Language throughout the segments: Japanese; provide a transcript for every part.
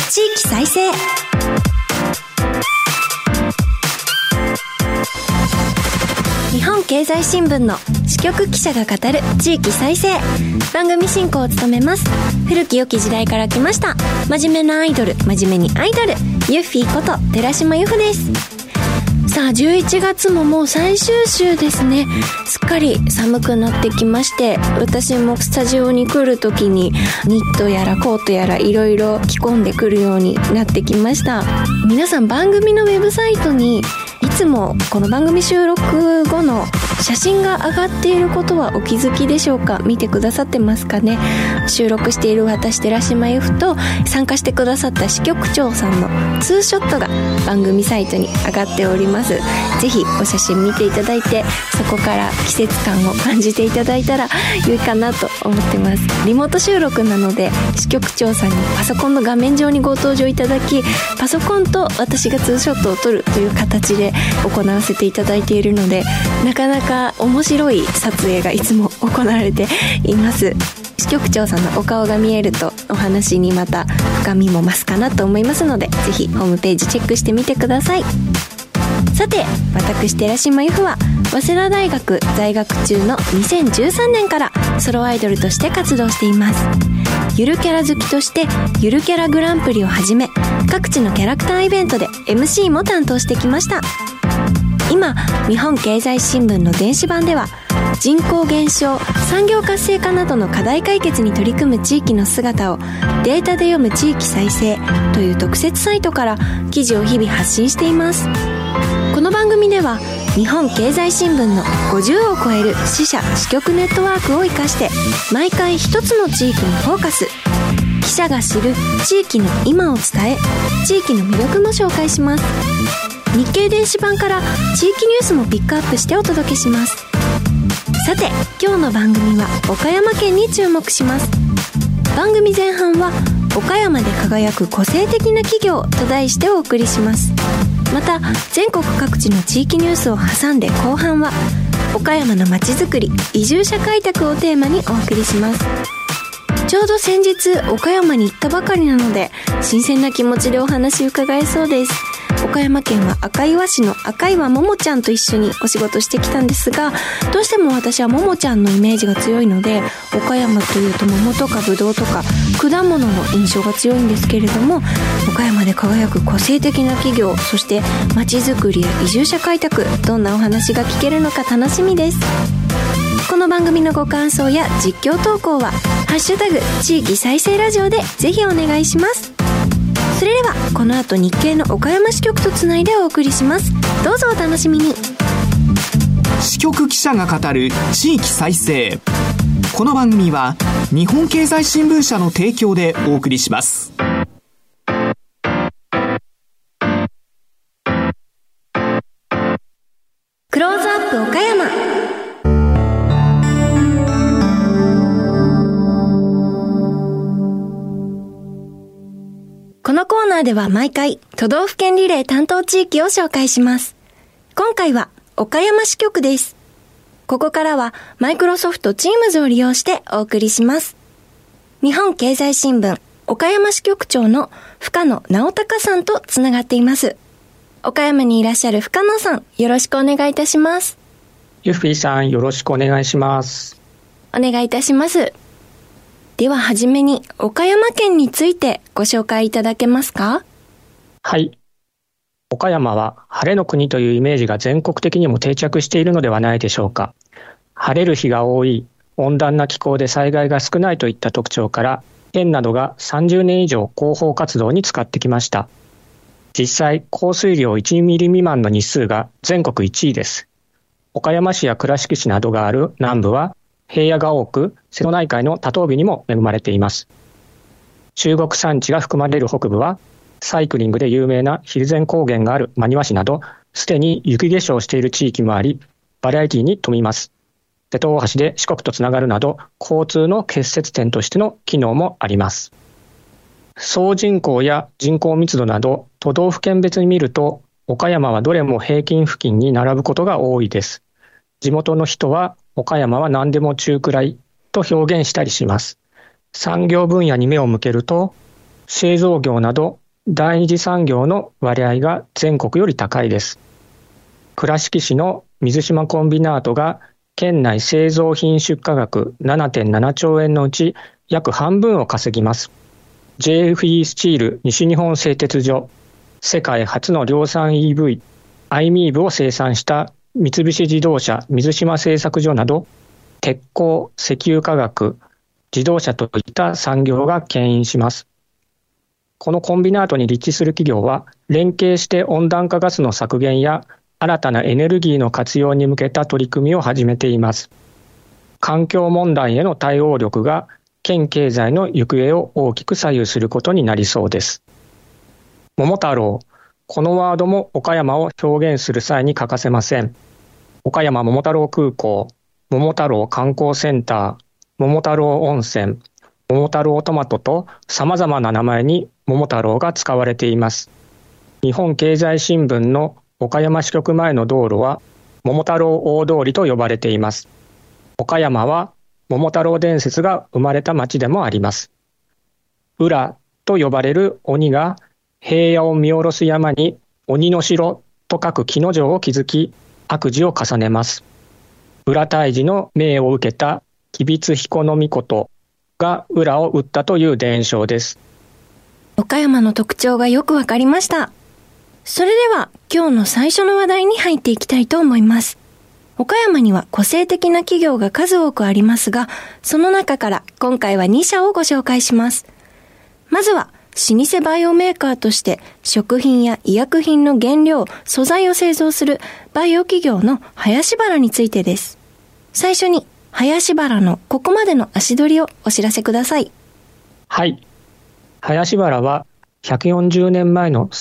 地域再生。日本経済新聞の支局記者が語る地域再生。番組進行を務めます古き良き時代から来ました真面目なアイドル、真面目にアイドル、ユッフィーこと寺島由布です。さあ11月ももう最終週ですね。すっかり寒くなってきまして、私もスタジオに来るときにニットやらコートやらいろいろ着込んでくるようになってきました。皆さん番組のウェブサイトにいつもこの番組収録後の写真が上がっていることはお気づきでしょうか。見てくださってますかね。収録している私寺島由布と参加してくださった支局長さんのツーショットが番組サイトに上がっております。ぜひお写真見ていただいて、そこから季節感を感じていただいたら良いかなと思ってます。リモート収録なので支局長さんにパソコンの画面上にご登場いただき、パソコンと私がツーショットを撮るという形で行わせていただいているので、なかなか面白い撮影がいつも行われています。支局長さんのお顔が見えるとお話にまた深みも増すかなと思いますので、ぜひホームページチェックしてみてください。さて、私寺島由布は早稲田大学在学中の2013年からソロアイドルとして活動しています。ゆるキャラ好きとしてゆるキャラグランプリをはじめ、各地のキャラクターイベントで MC も担当してきました。今、日本経済新聞の電子版では人口減少、産業活性化などの課題解決に取り組む地域の姿をデータで読む地域再生という特設サイトから記事を日々発信しています。この番組では日本経済新聞の50を超える支社支局ネットワークを生かして毎回一つの地域にフォーカス。記者が知る地域の今を伝え、地域の魅力も紹介します。日経電子版から地域ニュースもピックアップしてお届けします。さて、今日の番組は岡山県に注目します。番組前半は岡山で輝く個性的な企業と題してお送りします。また全国各地の地域ニュースを挟んで後半は岡山のまちづくり、移住者開拓をテーマにお送りします。ちょうど先日岡山に行ったばかりなので新鮮な気持ちでお話伺えそうです。岡山県は赤岩市の赤岩ももちゃんと一緒にお仕事してきたんですが、どうしても私はももちゃんのイメージが強いので、岡山というと桃とかぶどうとか果物の印象が強いんですけれども、岡山で輝く個性的な企業、そしてまちづくりや移住者開拓、どんなお話が聞けるのか楽しみです。この番組のご感想や実況投稿はハッシュタグ地域再生ラジオでぜひお願いします。それではこの後日経の岡山支局とつないでお送りします。どうぞお楽しみに。 支局記者が語る地域再生。この番組は日本経済新聞社の提供でお送りします。 クローズアップ岡山。このコーナーでは毎回都道府県リレー担当地域を紹介します。今回は岡山支局です。ここからはマイクロソフト Teams を利用してお送りします。日本経済新聞岡山支局長の深野直隆さんとつながっています。岡山にいらっしゃる深野さん、よろしくお願いいたします。 ユッフィーさん、よろしくお願いします。 お願いいたします。でははじめに岡山県についてご紹介いただけますか？ はい。岡山は晴れの国というイメージが全国的にも定着しているのではないでしょうか。晴れる日が多い、温暖な気候で災害が少ないといった特徴から、県などが30年以上広報活動に使ってきました。実際、降水量1ミリ未満の日数が全国1位です。岡山市や倉敷市などがある南部は、平野が多く、瀬戸内海の多島美にも恵まれています。中国山地が含まれる北部は、サイクリングで有名な蒜山高原がある真庭市など、すでに雪化粧している地域もあり、バラエティに富みます。瀬戸大橋で四国とつながるなど、交通の結節点としての機能もあります。総人口や人口密度など、都道府県別に見ると、岡山はどれも平均付近に並ぶことが多いです。地元の人は、岡山は何でも中くらいと表現したりします。産業分野に目を向けると、製造業など第二次産業の割合が全国より高いです。倉敷市の水島コンビナートが県内製造品出荷額 7.7 兆円のうち約半分を稼ぎます。JFE スチール西日本製鉄所、世界初の量産 EV、iMEV を生産した三菱自動車水島製作所など、鉄鋼、石油化学、自動車といった産業が牽引します。このコンビナートに立地する企業は、連携して温暖化ガスの削減や新たなエネルギーの活用に向けた取り組みを始めています。環境問題への対応力が県経済の行方を大きく左右することになりそうです。桃太郎、このワードも岡山を表現する際に欠かせません。岡山桃太郎空港、桃太郎観光センター、桃太郎温泉、桃太郎トマトと様々な名前に桃太郎が使われています。日本経済新聞の岡山支局前の道路は桃太郎大通りと呼ばれています。岡山は桃太郎伝説が生まれた町でもあります。浦と呼ばれる鬼が平野を見下ろす山に鬼の城と書く木の城を築き、悪事を重ねます。浦泰治の命を受けた吉備津彦命が浦を撃ったという伝承です。 岡山の特徴がよくわかりました。それでは今日の最初の話題に入っていきたいと思います。岡山には個性的な企業が数多くありますが、その中から今回は2社をご紹介します。まずは老舗バイオメーカーとして食品や医薬品の原料、素材を製造するバイオ企業の林原についてです。最初に林原のここまでの足取りをお知らせください。 はい。林原は140年前の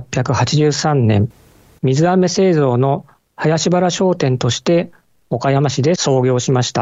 1883年、水飴製造の林原商店として岡山市で創業しました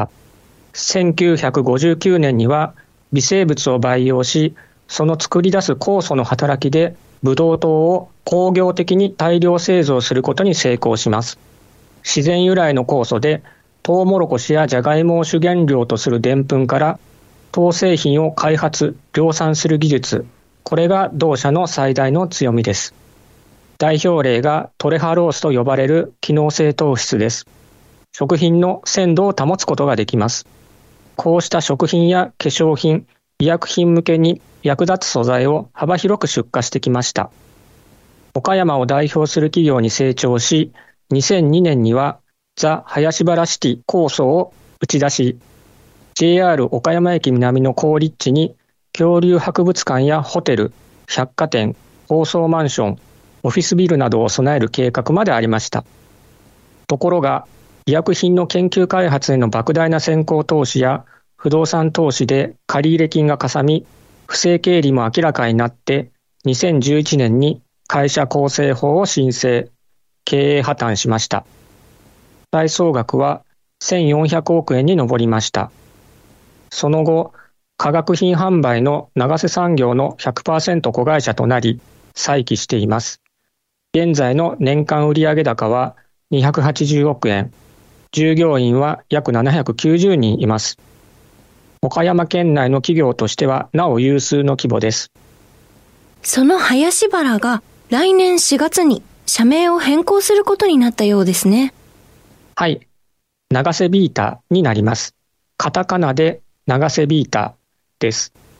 。1959年には微生物を培養し、その作り出す酵素の働きでブドウ糖を工業的に大量製造することに成功します。自然由来の酵素でトウモロコシやジャガイモを主原料とするでんぷんから糖製品を開発・量産する技術、これが同社の最大の強みです。代表例がトレハロースと呼ばれる機能性糖質です。食品の鮮度を保つことができます。こうした食品や化粧品、医薬品向けに役立つ素材を幅広く出荷してきました。岡山を代表する企業に成長し、2002年にはザ・林原シティ構想を打ち出し、JR 岡山駅南の好立地に恐竜博物館やホテル、百貨店、高層マンション、オフィスビルなどを備える計画までありました。ところが、医薬品の研究開発への莫大な先行投資や不動産投資で借入金がかさみ、不正経理も明らかになって、2011年に会社構成法を申請、経営破綻しました。対総額は1400億円に上りました。その後、化学品販売の長瀬産業の 100% 子会社となり、再起しています。現在の年間売上高は280億円、従業員は約790人います。岡山県内の企業としてはなお有数の規模です。 その林原が来年4月に社名を変更することになったようですね。 はい。長瀬ビータになります。カタカナで長瀬ビータです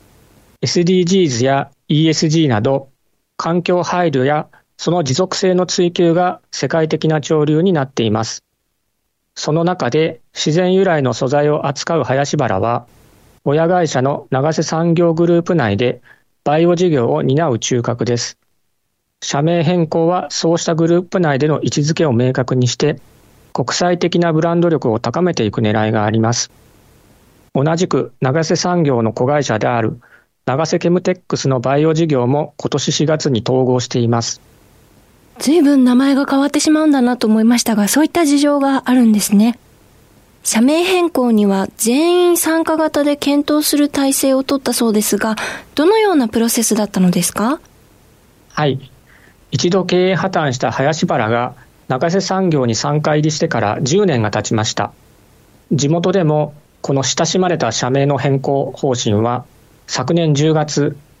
。SDGs や ESG など環境配慮やその持続性の追求が世界的な潮流になっています。その中で自然由来の素材を扱う林原は、親会社の長瀬産業グループ内でバイオ事業を担う中核です。社名変更はそうしたグループ内での位置づけを明確にして、国際的なブランド力を高めていく狙いがあります。同じく長瀬産業の子会社である長瀬ケムテックスのバイオ事業も今年4月に統合しています。 随分名前が変わってしまうんだなと思いましたが、そういった事情があるんですね。社名変更には全員参加型で検討する体制を取ったそうですが、どのようなプロセスだったのですか？ はい。一度経営破綻した林原が長瀬産業に参加入りしてから10年が経ちました。地元でもこの親しまれた社名の変更方針は昨年10月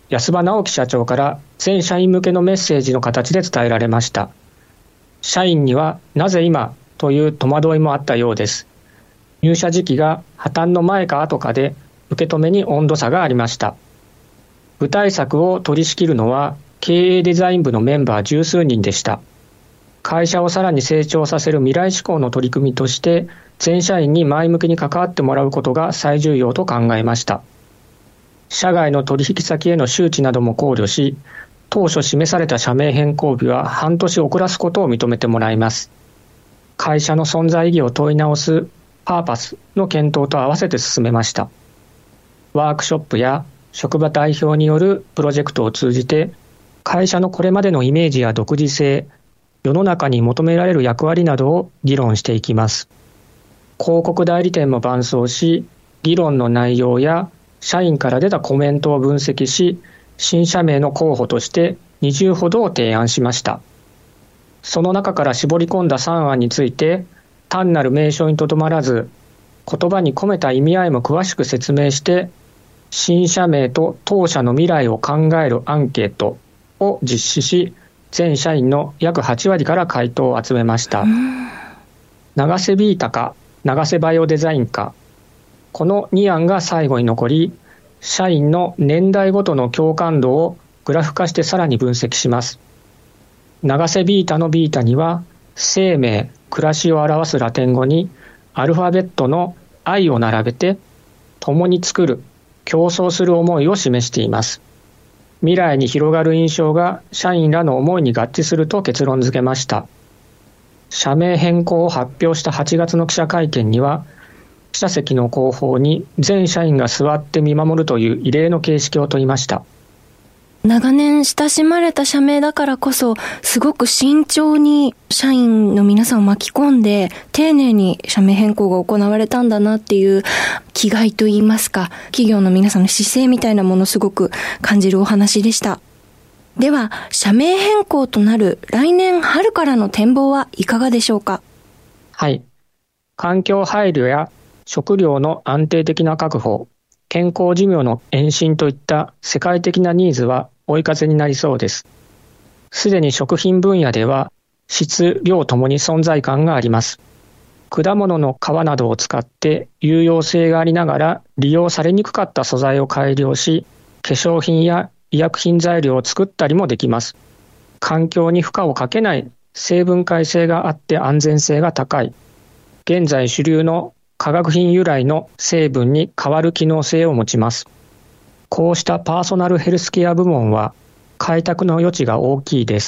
安場直樹社長から全社員向けのメッセージの形で伝えられました。社員にはなぜ今という戸惑いもあったようです。入社時期が破綻の前か後かで受け止めに温度差がありました。具体策を取り仕切るのは経営デザイン部のメンバー十数人でした。会社をさらに成長させる未来志向の取り組みとして全社員に前向きに関わってもらうことが最重要と考えました。社外の取引先への周知なども考慮し、当初示された社名変更日は半年遅らすことを認めてもらいます。会社の存在意義を問い直すパーパスの検討と合わせて進めました。ワークショップや職場代表によるプロジェクトを通じて、会社のこれまでのイメージや独自性、世の中に求められる役割などを議論していきます。広告代理店も伴走し、議論の内容や社員から出たコメントを分析し、新社名の候補として20ほどを提案しました。その中から絞り込んだ3案について、単なる名称にとどまらず、言葉に込めた意味合いも詳しく説明して、新社名と当社の未来を考えるアンケートを実施し、全社員の約8割から回答を集めました。長瀬ビータか長瀬バイオデザインか、この2案が最後に残り、社員の年代ごとの共感度をグラフ化してさらに分析します。長瀬ビータのビータには、生命、暮らしを表すラテン語にアルファベットの I を並べて、共に作る、競争する思いを示しています。未来に広がる印象が社員らの思いに合致すると結論付けました。社名変更を発表した8月の記者会見には、記者席の後方に全社員が座って見守るという異例の形式をとりました。 長年親しまれた社名だからこそ、すごく慎重に社員の皆さんを巻き込んで、丁寧に社名変更が行われたんだなっていう気概といいますか、企業の皆さんの姿勢みたいなものをすごく感じるお話でした。では、社名変更となる来年春からの展望はいかがでしょうか？ はい。環境配慮や食料の安定的な確保、健康寿命の延伸といった世界的なニーズは追い風になりそうです。すでに食品分野では質・量ともに存在感があります。果物の皮などを使って有用性がありながら利用されにくかった素材を改良し、化粧品や医薬品材料を作ったりもできます。環境に負荷をかけない生分解性があって安全性が高い。現在主流の化学品由来の成分に変わる機能性を持ちます。こうしたパーソナルヘルスケア部門は開拓の余地が大きいです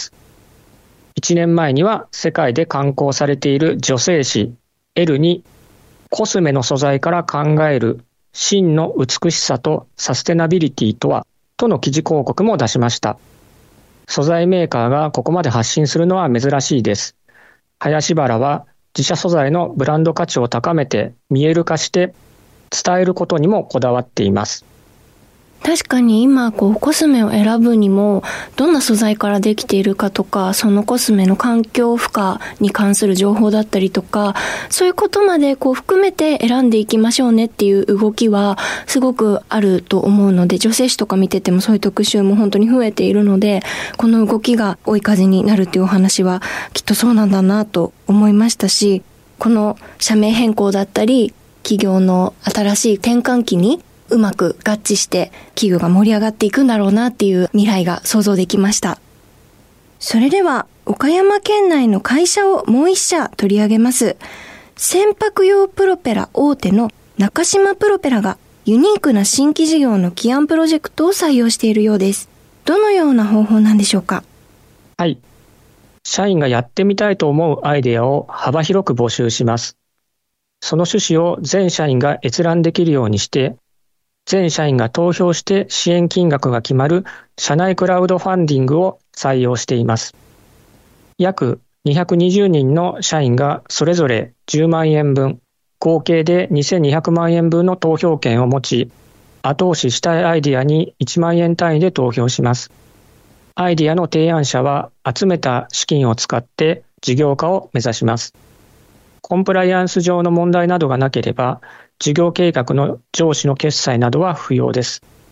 。1年前には世界で刊行されている女性誌 L にコスメの素材から考える真の美しさとサステナビリティとはとの記事広告も出しました。素材メーカーがここまで発信するのは珍しいです。林原は自社素材のブランド価値を高めて見える化して伝えることにもこだわっています。 確かに今コスメを選ぶにもどんな素材からできているかとか、そのコスメの環境負荷に関する情報だったりとか、そういうことまで含めて選んでいきましょうねっていう動きはすごくあると思うので、女性誌とか見ててもそういう特集も本当に増えているので、この動きが追い風になるっていうお話はきっとそうなんだなと思いましたし、この社名変更だったり企業の新しい転換期にうまく合致して企業が盛り上がっていくんだろうなっていう未来が想像できました。それでは岡山県内の会社をもう一社取り上げます。船舶用プロペラ大手の中島プロペラがユニークな新規事業の起案プロジェクトを採用しているようです。どのような方法なんでしょうか？ はい。社員がやってみたいと思うアイデアを幅広く募集します。その趣旨を全社員が閲覧できるようにして、全社員が投票して支援金額が決まる社内クラウドファンディングを採用しています。約220人の社員がそれぞれ10万円分、合計で2200万円分の投票権を持ち、後押ししたいアイデアに1万円単位で投票します。アイデアの提案者は集めた資金を使って事業化を目指します。コンプライアンス上の問題などがなければ、事業計画の上司の決裁などは不要です。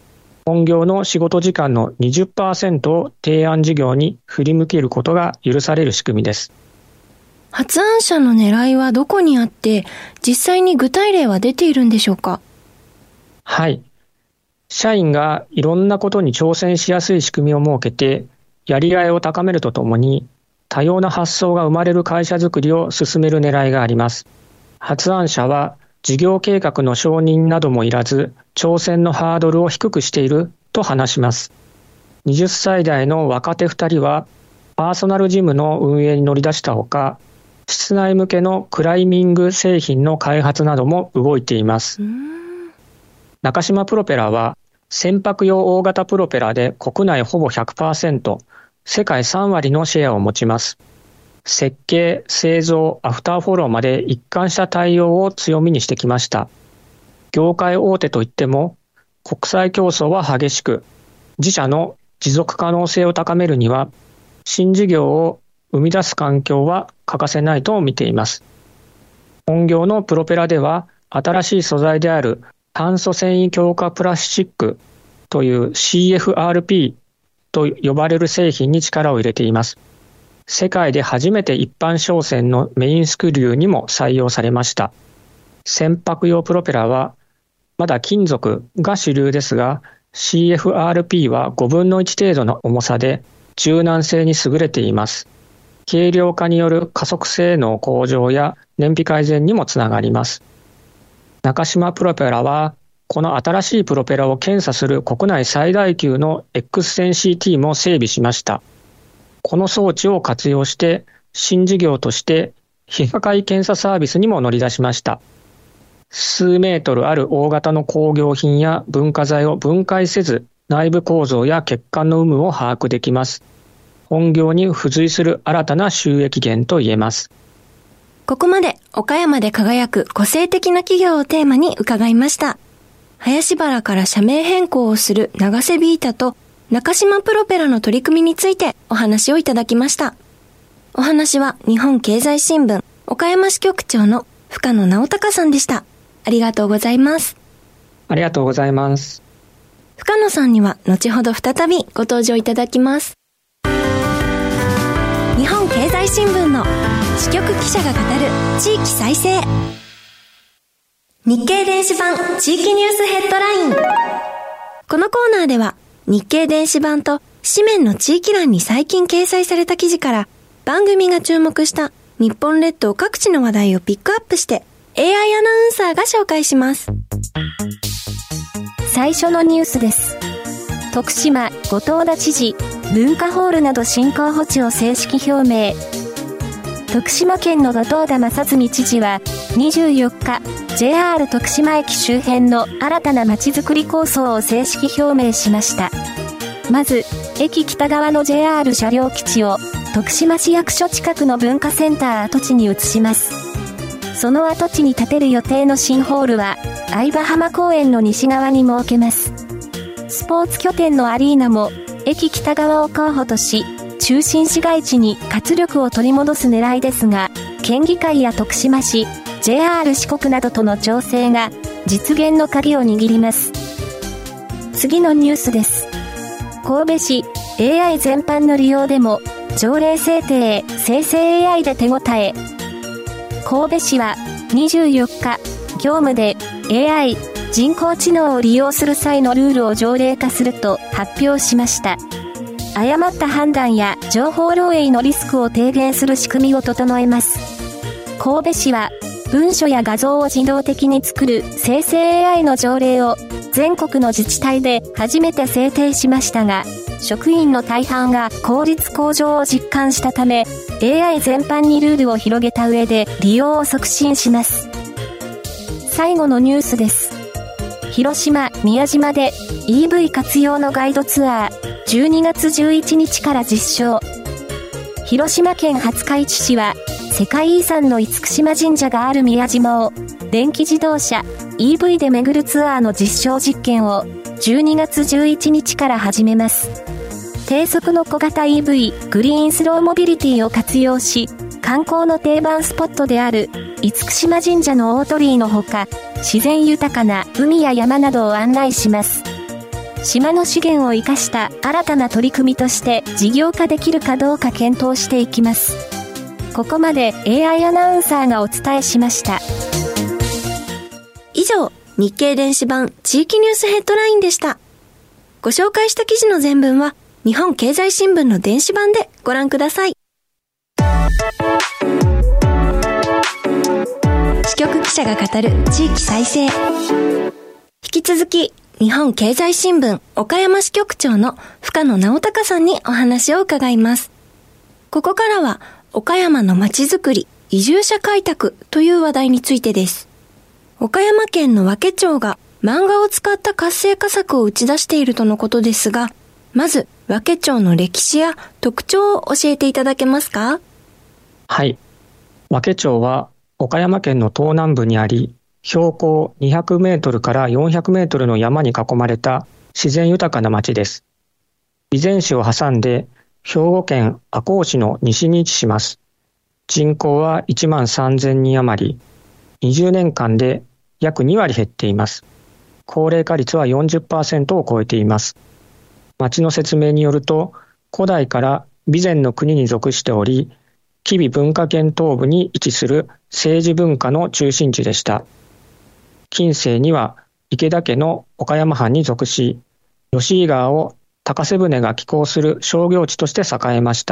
本業の仕事時間の 20% を提案事業に振り向けることが許される仕組みです。 発案者の狙いはどこにあって、実際に具体例は出ているんでしょうか？ はい。社員がいろんなことに挑戦しやすい仕組みを設けて、やりがいを高めるとともに、多様な発想が生まれる会社づくりを進める狙いがあります。発案者は、事業計画の承認などもいらず、挑戦のハードルを低くしていると話します。20歳代の若手2人は、パーソナルジムの運営に乗り出したほか、室内向けのクライミング製品の開発なども動いています。中島プロペラは、船舶用大型プロペラで国内ほぼ 100%、世界3割のシェアを持ちます。設計、製造、アフターフォローまで一貫した対応を強みにしてきました。業界大手といっても、国際競争は激しく、自社の持続可能性を高めるには、新事業を生み出す環境は欠かせないと見ています。本業のプロペラでは、新しい素材である炭素繊維強化プラスチックという CFRP と呼ばれる製品に力を入れています。世界で初めて一般商船のメインスクリューにも採用されました。船舶用プロペラはまだ金属が主流ですが、CFRP は5分の1程度の重さで柔軟性に優れています。軽量化による加速性能向上や燃費改善にもつながります。中島プロペラはこの新しいプロペラを検査する国内最大級の X 線 CT も整備しました。この装置を活用して新事業として非破壊検査サービスにも乗り出しました。数メートルある大型の工業品や文化財を分解せず内部構造や欠陥の有無を把握できます。本業に付随する新たな収益源と言えます。 ここまで岡山で輝く個性的な企業をテーマに伺いました。林原から社名変更をする長瀬ビータと中島プロペラの取り組みについてお話をいただきました。お話は日本経済新聞岡山支局長の深野直隆さんでした。ありがとうございます。 ありがとうございます。 深野さんには後ほど再びご登場いただきます。日本経済新聞の支局記者が語る地域再生。日経電子版地域ニュースヘッドライン。このコーナーでは日経電子版と紙面の地域欄に最近掲載された記事から番組が注目した日本列島各地の話題をピックアップして AI アナウンサーが紹介します。 最初のニュースです。徳島後藤田知事文化ホールなど振興補地を正式表明。徳島県の後藤田正純知事は24日 JR 徳島駅周辺の新たなまちづくり構想を正式表明しました。まず駅北側の JR 車両基地を徳島市役所近くの文化センター跡地に移します。その跡地に建てる予定の新ホールは相葉浜公園の西側に設けます。スポーツ拠点のアリーナも駅北側を候補とし、中心市街地に活力を取り戻す狙いですが、県議会や徳島市、JR 四国などとの調整が実現の鍵を握ります。次のニュースです。神戸市 AI 全般の利用でも条例制定生成 AI で手応え。神戸市は24日業務で AI 人工知能を利用する際のルールを条例化すると発表しました。誤った判断や情報漏洩のリスクを低減する仕組みを整えます。神戸市は文書や画像を自動的に作る生成 AI の条例を全国の自治体で初めて制定しましたが、職員の大半が効率向上を実感したため、AI 全般にルールを広げた上で利用を促進します。最後のニュースです。広島・宮島で EV 活用のガイドツアー12月11日から実証。広島県廿日市市は世界遺産の厳島神社がある宮島を電気自動車 EV で巡るツアーの実証実験を12月11日から始めます。低速の小型 EV グリーンスローモビリティを活用し、観光の定番スポットである厳島神社の大鳥居のほか、自然豊かな海や山などを案内します。 島の資源を生かした新たな取り組みとして事業化できるかどうか検討していきます。ここまで AI アナウンサーがお伝えしました。 以上、日経電子版地域ニュースヘッドラインでした。ご紹介した記事の全文は日本経済新聞の電子版でご覧ください。支局記者が語る地域再生。引き続き日本経済新聞岡山支局長の深野直隆さんにお話を伺います。ここからは岡山のまちづくり、移住者開拓という話題についてです。岡山県の和気町が漫画を使った活性化策を打ち出しているとのことですが、まず和気町の歴史や特徴を教えていただけますか？ はい。和気町は岡山県の東南部にあり、標高200メートルから400メートルの山に囲まれた自然豊かな町です。備前市を挟んで兵庫県赤穂市の西に位置します。人口は1万3000人余り、20年間で約2割減っています。高齢化率は 40% を超えています。町の説明によると、古代から備前の国に属しており、吉備文化圏東部に位置する政治文化の中心地でした。近世には池田家の岡山藩に属し、吉井川を高瀬舟が寄港する商業地として栄えました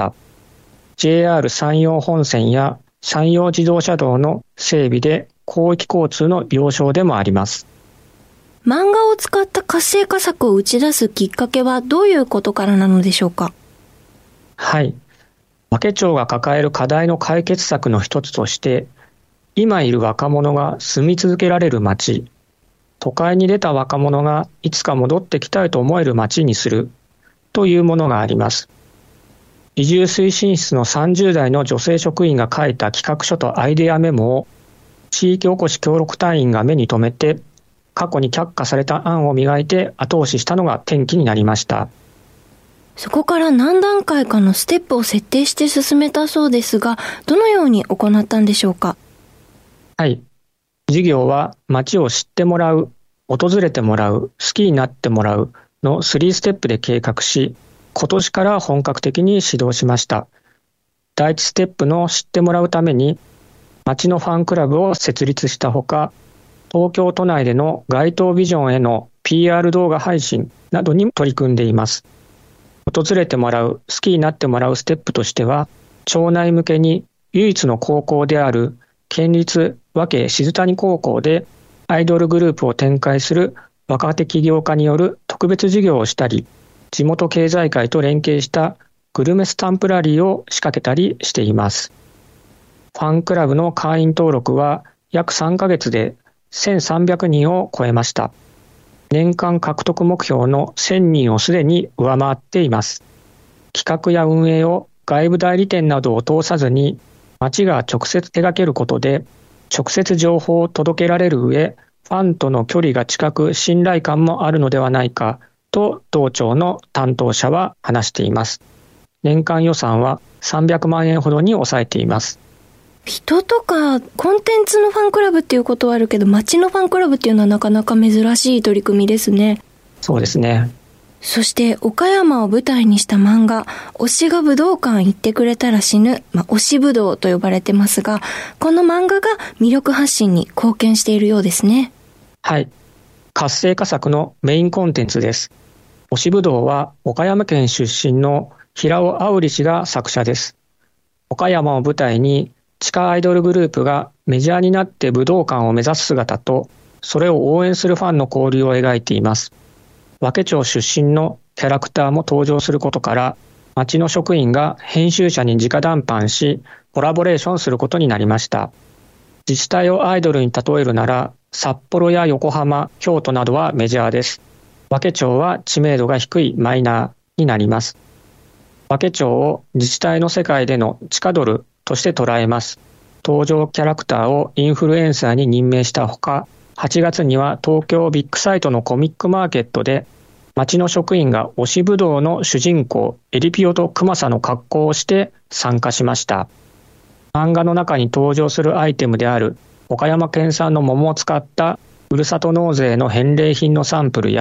。JR 山陽本線や山陽自動車道の整備で広域交通の要衝でもあります。 漫画を使った活性化策を打ち出すきっかけはどういうことからなのでしょうか？ はい。和気町が抱える課題の解決策の一つとして、今いる若者が住み続けられる町、都会に出た若者がいつか戻ってきたいと思える町にするというものがあります。移住推進室の30代の女性職員が書いた企画書とアイデアメモを地域おこし協力隊員が目に留めて、過去に却下された案を磨いて後押ししたのが転機になりました。 そこから何段階かのステップを設定して進めたそうですが、どのように行ったんでしょうか？ はい。事業は街を知ってもらう、訪れてもらう、好きになってもらうの3ステップで計画し、今年から本格的に始動しました。第1ステップの知ってもらうために、街のファンクラブを設立したほか、東京都内での街頭ビジョンへの PR 動画配信などに取り組んでいます。訪れてもらう、好きになってもらうステップとしては、町内向けに唯一の高校である県立和気静谷高校でアイドルグループを展開する若手起業家による特別授業をしたり、地元経済界と連携したグルメスタンプラリーを仕掛けたりしています。ファンクラブの会員登録は約3ヶ月で1300人を超えました。年間獲得目標の1000人をすでに上回っています。企画や運営を外部代理店などを通さずに、町が直接手掛けることで、直接情報を届けられる上、ファンとの距離が近く信頼感もあるのではないかと同庁の担当者は話しています。年間予算は300万円ほどに抑えています。 人とかコンテンツのファンクラブっていうことはあるけど、街のファンクラブっていうのはなかなか珍しい取り組みですね。 そうですね。 そして岡山を舞台にした漫画、推しが武道館行ってくれたら死ぬ、推し武道と呼ばれてますが、この漫画が魅力発信に貢献しているようですね。 はい。活性化策のメインコンテンツです。推し武道は岡山県出身の平尾青里氏が作者です。岡山を舞台に地下アイドルグループがメジャーになって武道館を目指す姿と、それを応援するファンの交流を描いています。和気町出身のキャラクターも登場することから、町の職員が編集者に直談判し、コラボレーションすることになりました。自治体をアイドルに例えるなら、札幌や横浜、京都などはメジャーです。和気町は知名度が低いマイナーになります。和気町を自治体の世界での地下ドルとして捉えます。登場キャラクターをインフルエンサーに任命したほか、8月には東京ビッグサイトのコミックマーケットで、町の職員が推し武道の主人公エリピオとクマサの格好をして参加しました。漫画の中に登場するアイテムである岡山県産の桃を使ったふるさと納税の返礼品のサンプルや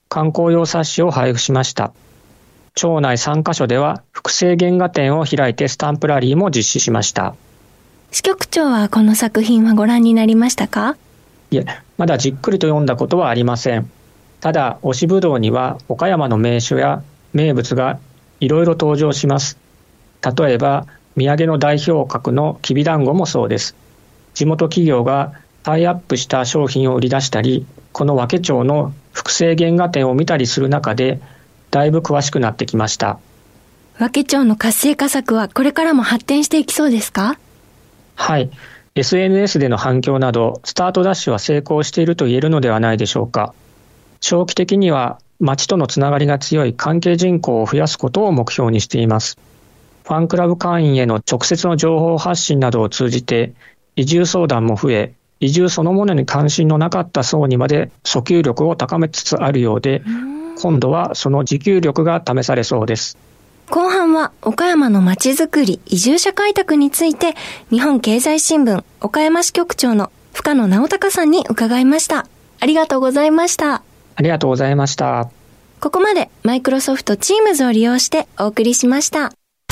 観光用冊子を配布しました。町内3カ所では複製原画展を開いてスタンプラリーも実施しました。 支局長はこの作品はご覧になりましたか？ いえ、まだじっくりと読んだことはありません。ただ、押しぶどうには岡山の名所や名物がいろいろ登場します。例えば、土産の代表格のきびだんごもそうです。地元企業がタイアップした商品を売り出したり、この和気町の複製原画展を見たりする中で、だいぶ詳しくなってきました。 和気町の活性化策はこれからも発展していきそうですか？ はい。SNS での反響など、スタートダッシュは成功していると言えるのではないでしょうか。長期的には、町とのつながりが強い関係人口を増やすことを目標にしています。ファンクラブ会員への直接の情報発信などを通じて、移住相談も増え、移住そのものに関心のなかった層にまで訴求力を高めつつあるようで、今度はその持久力が試されそうです。 後半は岡山のまちづくり、移住者開拓について、日本経済新聞岡山支局長の深野直隆さんに伺いました。ありがとうございました。 ありがとうございました。 ここまでマイクロソフト Teams を利用してお送りしました。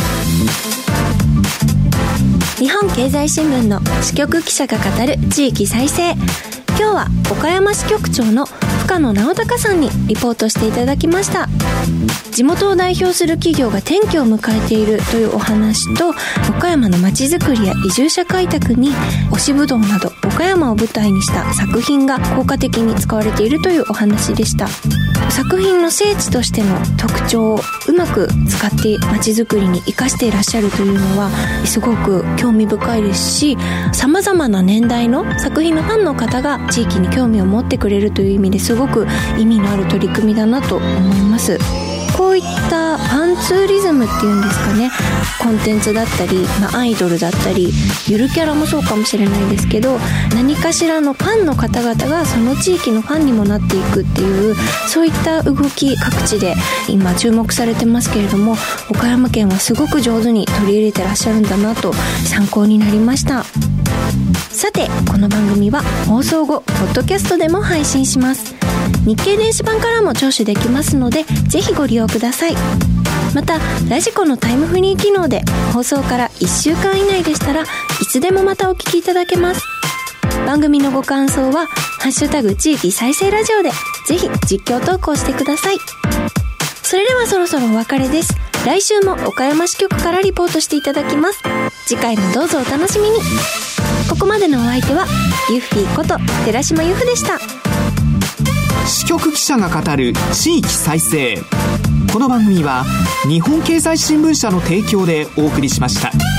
日本経済新聞の支局記者が語る地域再生。今日は岡山支局長の深野直隆さんにリポートしていただきました。地元を代表する企業が転機を迎えているというお話と、岡山のまちづくりや移住者開拓に押しぶどうなど岡山を舞台にした作品が効果的に使われているというお話でした。作品の聖地としての特徴をうまく使ってまちづくりに生かしていらっしゃるというのはすごく興味深いですし、様々な年代の作品のファンの方が地域に興味を持ってくれるという意味ですごく意味のある取り組みだなと思います。こういったファンツーリズムっていうんですかね、コンテンツだったり、アイドルだったり、ゆるキャラもそうかもしれないですけど、何かしらのファンの方々がその地域のファンにもなっていくっていう、そういった動き各地で今注目されてますけれども、岡山県はすごく上手に取り入れてらっしゃるんだなと参考になりました。さて、この番組は放送後ポッドキャストでも配信します。日経電子版からも聴取できますので、ぜひご利用ください。またラジコのタイムフリー機能で放送から1週間以内でしたらいつでもまたお聞きいただけます。番組のご感想はハッシュタグ地域再生ラジオでぜひ実況投稿してください。それではそろそろお別れです。来週も岡山支局からリポートしていただきます。次回もどうぞお楽しみに。ここまでのお相手はユッフィーこと寺島由布でした。 支局記者が語る地域再生。この番組は日本経済新聞社の提供でお送りしました。